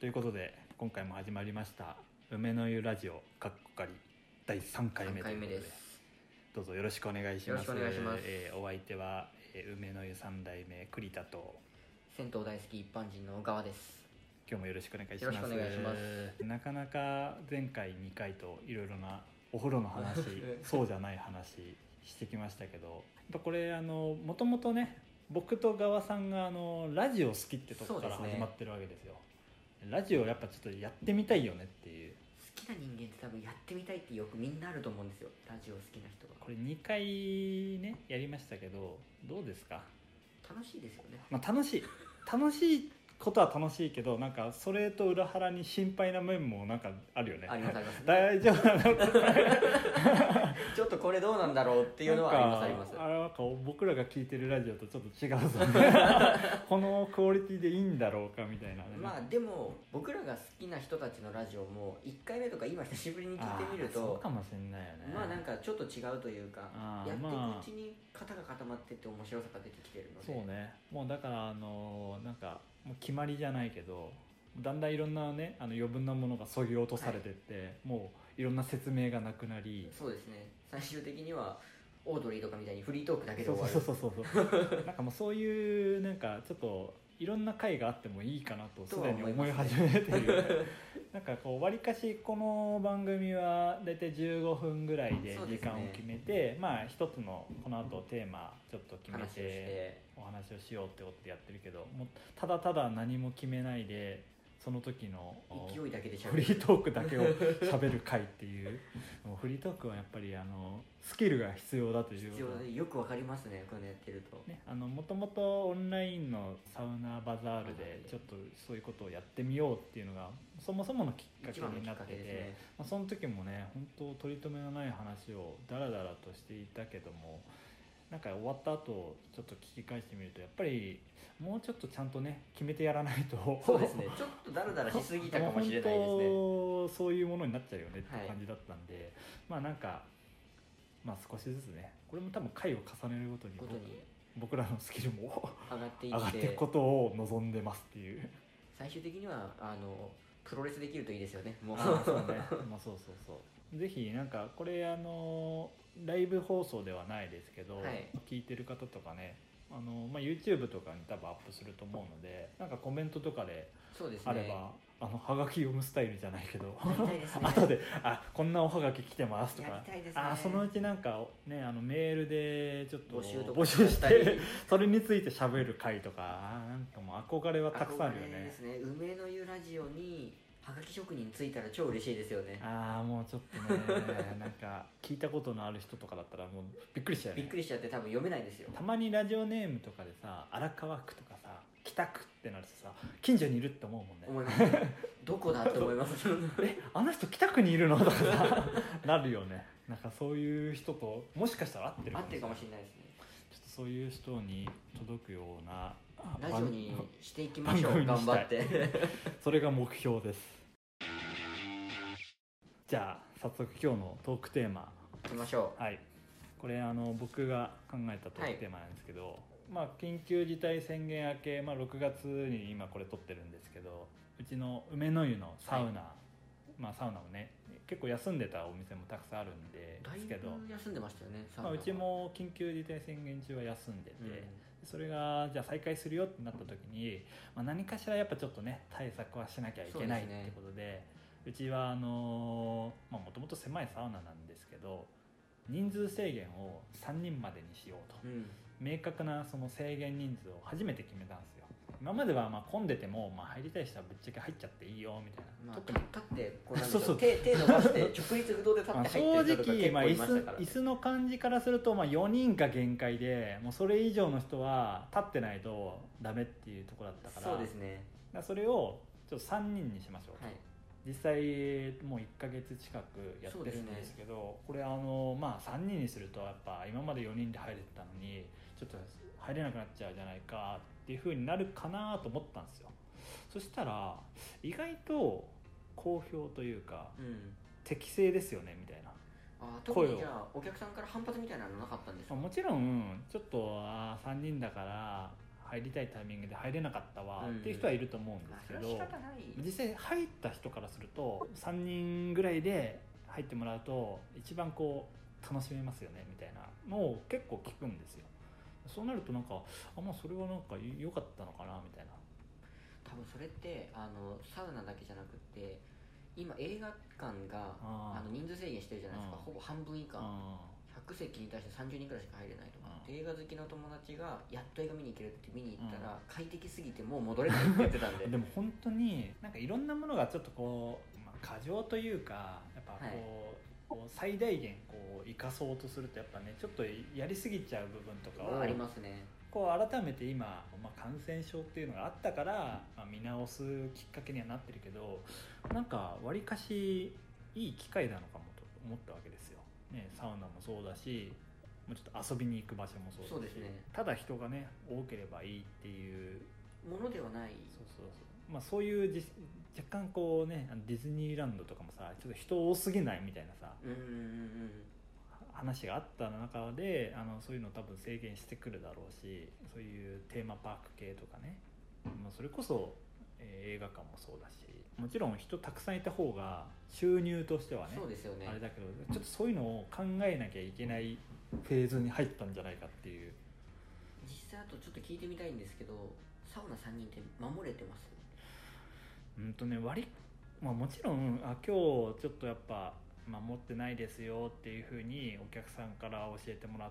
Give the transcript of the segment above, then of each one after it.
ということで今回も始まりました梅の湯ラジオかっこかり第3回目ということでどうぞよろしくお願いします。 よろしくお願いします。 お相手は、梅の湯3代目栗田と銭湯大好き一般人の小川です。 今日もよろしくお願いします。 よろしくお願いします。 なかなか前回2回といろいろなお風呂の話そうじゃない話してきましたけど、やっぱこれもともとね僕と川さんがラジオ好きってとこから始まってるわけですよ。ラジオやっぱちょっとやってみたいよねっていう。 好きな人間って多分やってみたいってよくみんなあると思うんですよ、ラジオ好きな人が。 これ2回ねやりましたけどどうですか？ 楽しいですよね。 楽しいことは楽しいけど、なんかそれと裏腹に心配な面もなんかあるよね。 ありますあります、ね、 大丈夫なのちょっとこれどうなんだろうっていうのはあります。 あれなんか僕らが聞いてるラジオとちょっと違うぞこのクオリティでいいんだろうかみたいな、ね、 まあでも僕らが好きな人たちのラジオも1回目とか今久しぶりに聞いてみるとそうかもしれないよね。 まあなんかちょっと違うというか、やっていくうちに型が固まってって面白さが出てきてるので。 そうね、もうだからなんかもう決まりじゃないけどだんだんいろんなね余分なものが削ぎ落とされてって、はい、もういろんな説明がなくなり、 そうですね、最終的にはオードリーとかみたいにフリートークだけで終わる。 そうなんかもうそういうなんかちょっといろんな回があってもいいかなとすでに思い始めているなんかこうわりかしこの番組はだいたい15分ぐらいで時間を決めて、まあ一つのこの後テーマちょっと決めてお話をしようってことでやってるけど、もうただただ何も決めないでその時の勢いだけでフリートークだけを喋る回っていうもうフリートークはやっぱりスキルが必要だという必要でよくわかりますね、こういうのやってるとね。もともとオンラインのサウナバザールでちょっとそういうことをやってみようっていうのがそもそものきっかけになってて、ね、その時もね本当取り留めのない話をダラダラとしていたけども、なんか終わった後ちょっと聞き返してみるとやっぱりもうちょっとちゃんとね決めてやらないとそうですね、ちょっとダラダラしすぎたかもしれないですねそういうものになっちゃうよねっていう感じだったんで、はい、まあなんかまあ少しずつねこれも多分回を重ねるごとに僕らのスキルも上がっていくことを望んでますっていう。 最終的にはプロレスできるといいですよね。もうそうね、まあ、そうぜひなんかこれライブ放送ではないですけど、はい、聞いてる方とかねまあ、YouTube とかに多分アップすると思うので、なんかコメントとかであれば、はがき読むスタイルじゃないけど後でこんなおはがき来てますとか、ね、そのうちなんかねメールでちょっと募集してそれについて喋る回とかなんかもう憧れはたくさんあるよね。 ですね、梅の湯ラジオにはがき職人ついたら超嬉しいですよね。 もうちょっとねなんか聞いたことのある人とかだったらもうびっくりしちゃうよね。 びっくりしちゃって多分読めないですよ。 たまにラジオネームとかでさ荒川区とかさ北区ってなるとさ近所にいるって思うもんね。 思いますどこだって思いますあの人北区にいるのとかさなるよね。なんかそういう人ともしかしたら会ってるかもしれないですね。 ちょっとそういう人に届くようなラジオにしていきましょう。頑張ってそれが目標です。じゃあ早速今日のトークテーマいきましょう。 はい、これ僕が考えたトークテーマなんですけど、緊急事態宣言明け、6月に今これ撮ってるんですけど、うちの梅の湯のサウナ、サウナをね結構休んでたお店もたくさんあるんですけど、 だいぶ休んでましたよね。 うちも緊急事態宣言中は休んでて、それがじゃあ再開するよってなった時に、何かしらやっぱちょっとね対策はしなきゃいけないってことで、うちはもともと狭いサウナなんですけど人数制限を3人までにしようと、明確なその制限人数を初めて決めたんですよ。今までは混んでても入りたい人はぶっちゃけ入っちゃっていいよみたいな、 特に立ってこうなんでしょう手伸ばして直立不動で立って入ってる人とか結構いましたから、 椅子の感じからすると4人が限界で、もうそれ以上の人は立ってないとダメっていうところだったから、 そうですね、 それをちょっと3人にしましょうと、実際もう1ヶ月近くやってるんですけど、これ3人にするとやっぱ今まで4人で入れてたのにちょっと入れなくなっちゃうじゃないかっていう風になるかなと思ったんですよ。そしたら意外と好評というか、適正ですよねみたいな特にじゃあお客さんから反発みたいなのなかったんですか？ もちろんちょっと3人だから入りたいタイミングで入れなかったわっていう人はいると思うんですけど、実際入った人からすると3人ぐらいで入ってもらうと一番こう楽しめますよねみたいなのを結構聞くんですよ。そうなるとなんかまあそれはなんか良かったのかなみたいな。 多分それってサウナだけじゃなくて今映画館が人数制限してるじゃないですか。ほぼ半分以下、100席に対して30人くらいしか入れないとか、映画好きの友達がやっと映画見に行けるって見に行ったら、快適すぎてもう戻れないって言ってたんででも本当になんかいろんなものがちょっとこう、過剰というかやっぱこう、最大限こう生かそうとするとやっぱねちょっとやりすぎちゃう部分とかを、 ありますね。 こう改めて今、感染症っていうのがあったから、見直すきっかけにはなってるけど、なんかわりかしいい機会なのかもと思ったわけですよ、ね、サウナもそうだしもうちょっと遊びに行く場所もそうだし、 ね、 ただ人がね多ければいいっていうものではない。 そういう若干こうねディズニーランドとかもさちょっと人多すぎないみたいなさ、話があった中でそういうのを多分制限してくるだろうし、そういうテーマパーク系とかね、それこそ、映画館もそうだし、もちろん人たくさんいた方が収入としてはね、 そうですよね、 あれだけどちょっとそういうのを考えなきゃいけないフェーズに入ったんじゃないかっていう。 実際あとちょっと聞いてみたいんですけど、サウナ3人って守れてます？ もちろん今日ちょっとやっぱ守ってないですよっていう風にお客さんから教えてもらって、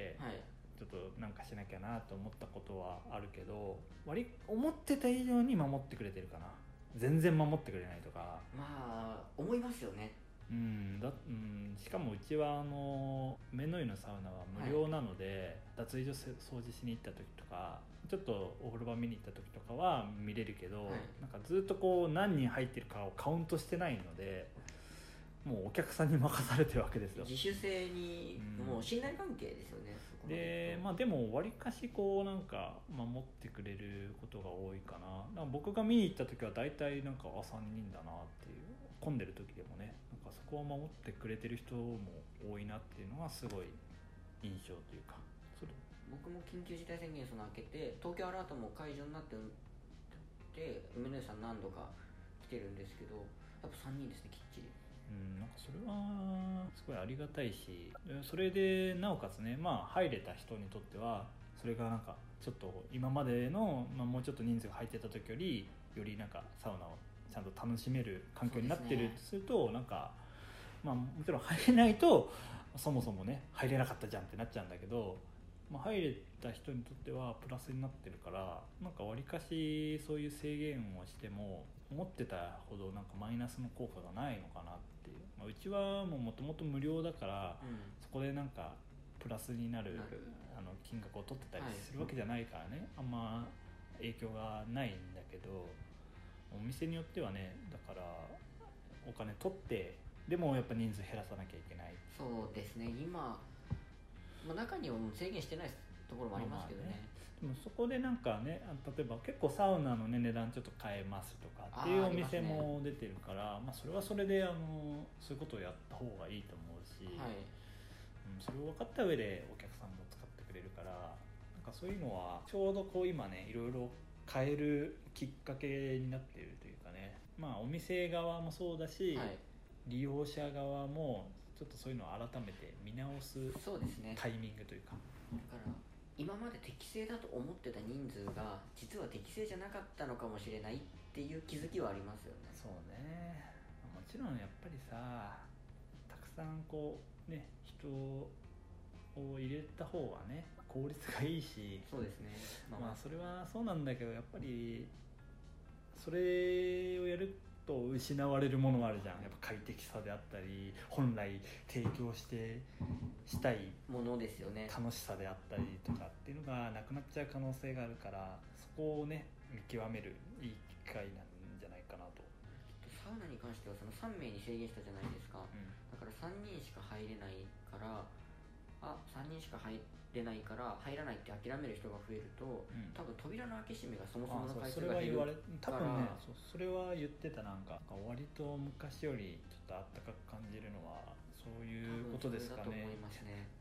ちょっとなんかしなきゃなと思ったことはあるけど、思ってた以上に守ってくれてるかな。全然守ってくれないとか思いますよね。 しかもうちは目の湯のサウナは無料なので、脱衣所掃除しに行った時とかちょっとお風呂場見に行った時とかは見れるけど、なんかずっとこう何人入ってるかをカウントしてないので、もうお客さんに任されてるわけですよ。 自主性に、もう信頼関係ですよね。 でもわりかしこうなんか守ってくれることが多いかな。だから僕が見に行った時は大体なんか3人だなっていう、混んでる時でもね、なんかそこを守ってくれてる人も多いなっていうのがすごい印象というか。 僕も緊急事態宣言明けて東京アラートも解除になって梅の湯さん何度か来てるんですけど、やっぱ3人ですね、きっちり。 なんかそれはすごいありがたいし、それでなおかつね、入れた人にとってはそれがなんかちょっと今までの、もうちょっと人数が入ってた時よりなんかサウナをちゃんと楽しめる環境になってるとすると、なんかもちろん入れないとそもそもね入れなかったじゃんってなっちゃうんだけど、入れた人にとってはプラスになってるから、なんかわりかしそういう制限をしても思ってたほどなんかマイナスの効果がないのかなっていう。うちはもともと無料だから、そこでなんかプラスになる金額を取ってたりするわけじゃないからね、あんま影響がないんだけど、お店によってはね、だからお金取ってでもやっぱ人数減らさなきゃいけない。 そうですね、今中にはもう制限してないところもありますけどね。 でもそこでなんかね、例えば結構サウナの、値段ちょっと変えますとかっていうお店も出てるから、それはそれでそういうことをやった方がいいと思うし、それを分かった上でお客さんも使ってくれるから、なんかそういうのはちょうどこう今ねいろいろ変えるきっかけになっているというかね、お店側もそうだし、利用者側もちょっとそういうのを改めて見直すタイミングというか。 だから今まで適正だと思ってた人数が実は適正じゃなかったのかもしれないっていう気づきはありますよね。 そうね、もちろんやっぱりさ、たくさんこうね人を入れた方がね効率がいいし、 そうですね、 それはそうなんだけど、やっぱりそれをやると失われるものがあるじゃん。やっぱ快適さであったり、本来提供したいものですよね、 楽しさであったりとかっていうのがなくなっちゃう可能性があるから、そこをね見極めるいい機会なんじゃないかなと。 サウナに関してはその3名に制限したじゃないですか、だから3人しか入れないから、3人しか入れないから入らないって諦める人が増えると、多分扉の開け閉めがそもそもの回数が減るから、多分ね、それは言ってた。なんか割と昔よりちょっとあったかく感じるのはそういうことですかね。 そうだと思いますね。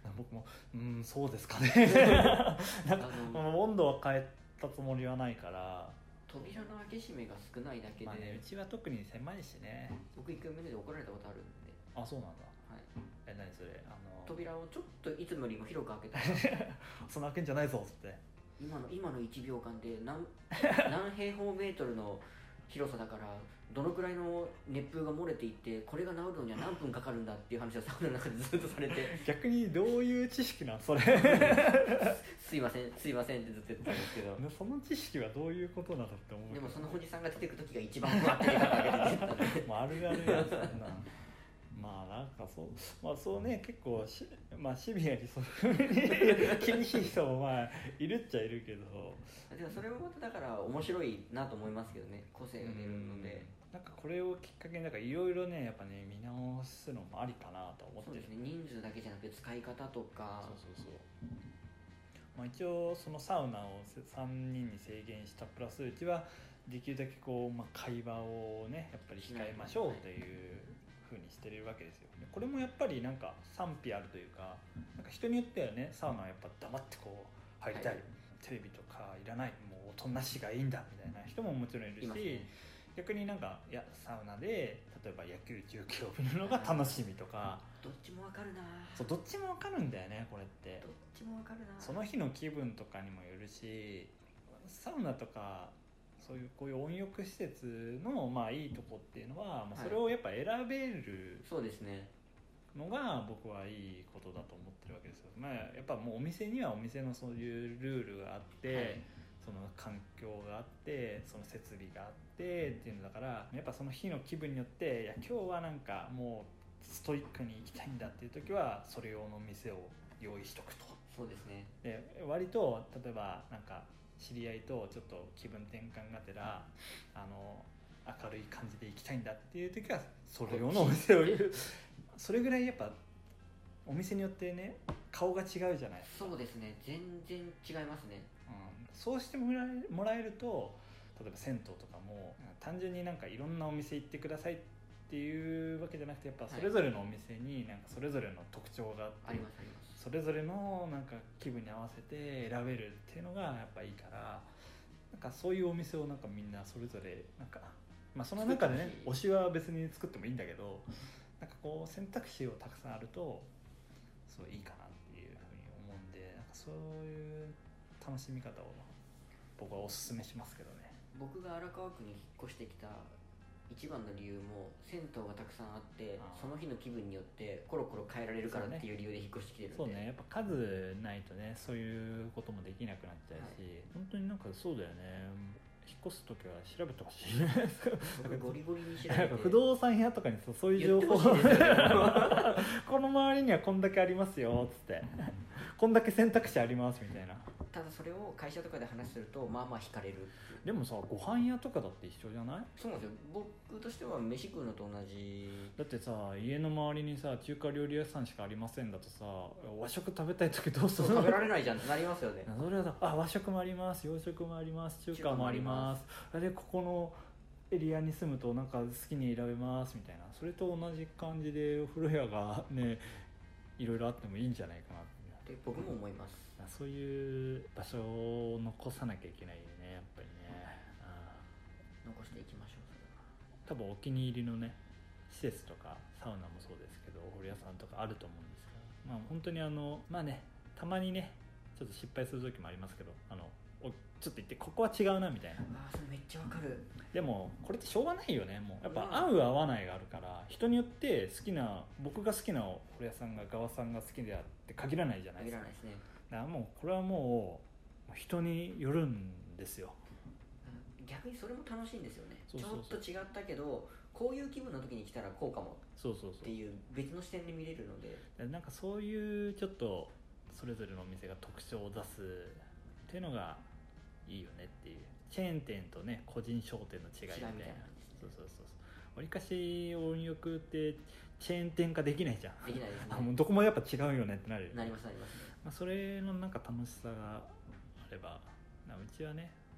僕もそうですかねなんか温度は変えたつもりはないから。 扉の開け閉めが少ないだけで、 まあね、うちは特に狭いしね。 僕一回目で怒られたことあるんで。 あ、そうなんだ。 はい。 何それ、 扉をちょっといつもよりも広く開けたらそんな開けんじゃないぞっつって。 今の1秒間で何平方メートルの広さだからどのくらいの熱風が漏れていってこれが治るのには何分かかるんだっていう話をサウナの中でずっとされて逆にどういう知識なんそれすいませんってずっと言ってたんですけどその知識はどういうことなんだって思う。 でもそのおじさんが出てく時が一番不安定だったわけでもうあるあるやつなんだまあなんかそう、まあそうね、結構まあシビアにそういう気にしい人もまあいるっちゃいるけど、 でもそれもまただから面白いなと思いますけどね、個性が出るので。 なんかこれをきっかけになんかいろいろねやっぱね見直すのもありかなと思ってる。 そうですね、人数だけじゃなくて使い方とか。 そう、まあ、一応そのサウナを3人に制限したプラスうちはできるだけこう、まあ、会話をねやっぱり控えましょうという風にしてるわけですよ。これもやっぱりなんか賛否あるというか、なんか人によってはねサウナはやっぱ黙ってこう入りたい、はい、テレビとかいらない、もうおとなしがいいんだみたいな人ももちろんいるし、ね、逆になんかいやサウナで例えば野球中継を見るのが楽しみとか、 どっちもわかるな。 そう、どっちもわかるんだよねこれって。 どっちもわかるな。その日の気分とかにもよるし、サウナとかそういうこういう温浴施設のまあいいとこっていうのは、まあ、それをやっぱ選べる、 そうですねのが僕はいいことだと思ってるわけですよ。まあ、やっぱもうお店にはお店のそういうルールがあって、はい、その環境があってその設備があってっていうのだから、やっぱその日の気分によっていや今日はなんかもうストイックに行きたいんだっていう時はそれ用の店を用意しとくと。 そうですね。 で割と例えばなんか知り合いとちょっと気分転換がてら明るい感じで行きたいんだっていう時はそれ用のお店をそれぐらいやっぱお店によってね顔が違うじゃないですか。 そうですね、全然違いますね、 そうしてもらえると、例えば銭湯とかも単純になんかいろんなお店行ってくださいっていうわけじゃなくて、やっぱそれぞれのお店になんかそれぞれの特徴があって、 ありますあります。 それぞれのなんか気分に合わせて選べるっていうのがやっぱいいから、なんかそういうお店をなんかみんなそれぞれなんか、まあ、その中でね推しは別に作ってもいいんだけど、なんかこう選択肢をたくさんあるとそういいかなっていうふうに思うんで、なんかそういう楽しみ方を僕はおすすめしますけどね。 僕が荒川区に引っ越してきた一番の理由も銭湯がたくさんあって、その日の気分によってコロコロ変えられるからっていう理由で引っ越してきてるんで。 そうね、やっぱ数ないとねそういうこともできなくなっちゃうし、はい、本当になんかそうだよね、引っ越すときは調べてほしいゴリゴリに調べて不動産屋とかにそういう情報この周りにはこんだけありますよっつってこんだけ選択肢ありますみたいな。 ただそれを会社とかで話するとまあまあ惹かれる。 でもさ、ご飯屋とかだって一緒じゃない？ そうなんですよ、僕としては飯食うのと同じだってさ、家の周りにさ中華料理屋さんしかありませんだとさ、和食食べたい時どうする？ 食べられないじゃんってなりますよね。 それはさ、和食もあります、洋食もあります、中華もあります、でここのエリアに住むとなんか好きに選べますみたいな、それと同じ感じでお風呂屋がねいろいろあってもいいんじゃないかなって僕も思います。 そういう場所を残さなきゃいけないよね、やっぱりね。 残していきましょう。 多分お気に入りのね施設とかサウナもそうですけどお風呂屋さんとかあると思うんですけど、まあ本当にまあね、たまにねちょっと失敗する時もありますけど、ちょっと言ってここは違うなみたいな。 それめっちゃわかる。 でもこれってしょうがないよね。もうやっぱ合う合わないがあるから、人によって僕が好きなお風呂屋さんが側さんが好きであって限らないじゃないですか。 限らないですね。 だからもうこれはもう人によるんですよ。 逆にそれも楽しいんですよね。 そうそうそう、 ちょっと違ったけどこういう気分の時に来たらこうかもっていう別の視点で見れるので、 なんかそういうちょっとそれぞれのお店が特徴を出すっていうのがいいよねっていう。チェーン店とね個人商店の違いみたいな。そうわりかし温浴ってチェーン店化できないじゃん。 できないですね。 もうどこもやっぱ違うよねってなる。 なります。 それのなんか楽しさがあれば、うちはね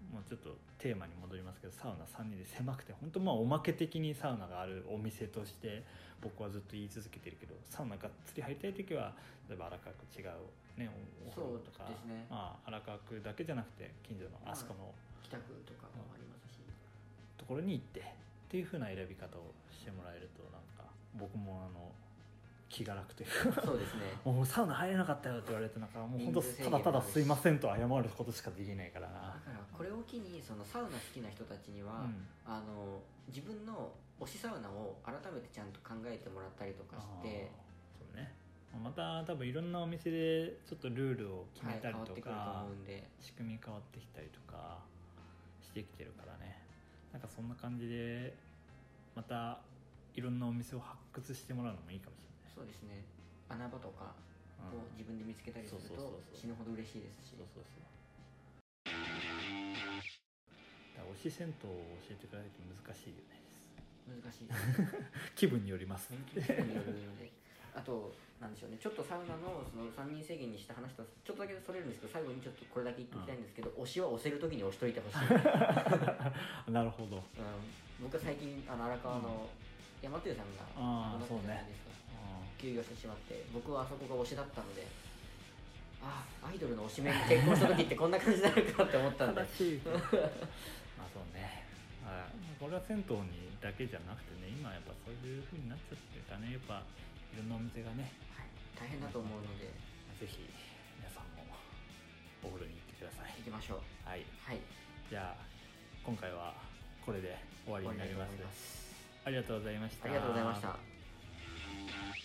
もうちょっとテーマに戻りますけど、サウナ3人で狭くて本当まあおまけ的にサウナがあるお店として僕はずっと言い続けてるけど、サウナがっつり入りたい時は例えば荒川区違うねお風呂とか、 そうですね、 まあ、荒川区だけじゃなくて近所のあそこの北区とかもありますし、 ところに行ってっていう風な選び方をしてもらえるとなんか僕も気が楽というかそうですねもうサウナ入れなかったよって言われてなんかもう本当ただただすいませんと謝ることしかできないからな。 だからこれを機にそのサウナ好きな人たちには、自分の推しサウナを改めてちゃんと考えてもらったりとかして、 そうね、また多分いろんなお店でちょっとルールを決めたりとか、仕組み変わってきたりとかしてきてるからね、なんかそんな感じでまたいろんなお店を発掘してもらうのもいいかもしれない。 そうですね、穴場とかを自分で見つけたりすると死ぬほど嬉しいですし、 推し銭湯を教えてくれないと難しいよね。 難しいです気分によります。 気分によるので、あとなんでしょうね、ちょっとサウナのその3人制限にした話とちょっとだけそれるんですけど、最後にちょっとこれだけ言っておきたいんですけど、推しは押せるときに押しといてほしいなるほど、 僕は最近荒川の山手さんがそうね、 休業してしまって、僕はあそこが推しだったので、アイドルの推しメン結婚した時ってこんな感じになるかって思ったんで正しいまあそうね、これは銭湯にだけじゃなくてね、今やっぱそういう風になっちゃってるからね、やっぱいろんなお店がね、 大変だと思うので、 ぜひ皆さんもお風呂に行ってください。 行きましょう。 はい、じゃあ今回はこれで終わりになります。ありがとうございました。 ありがとうございました。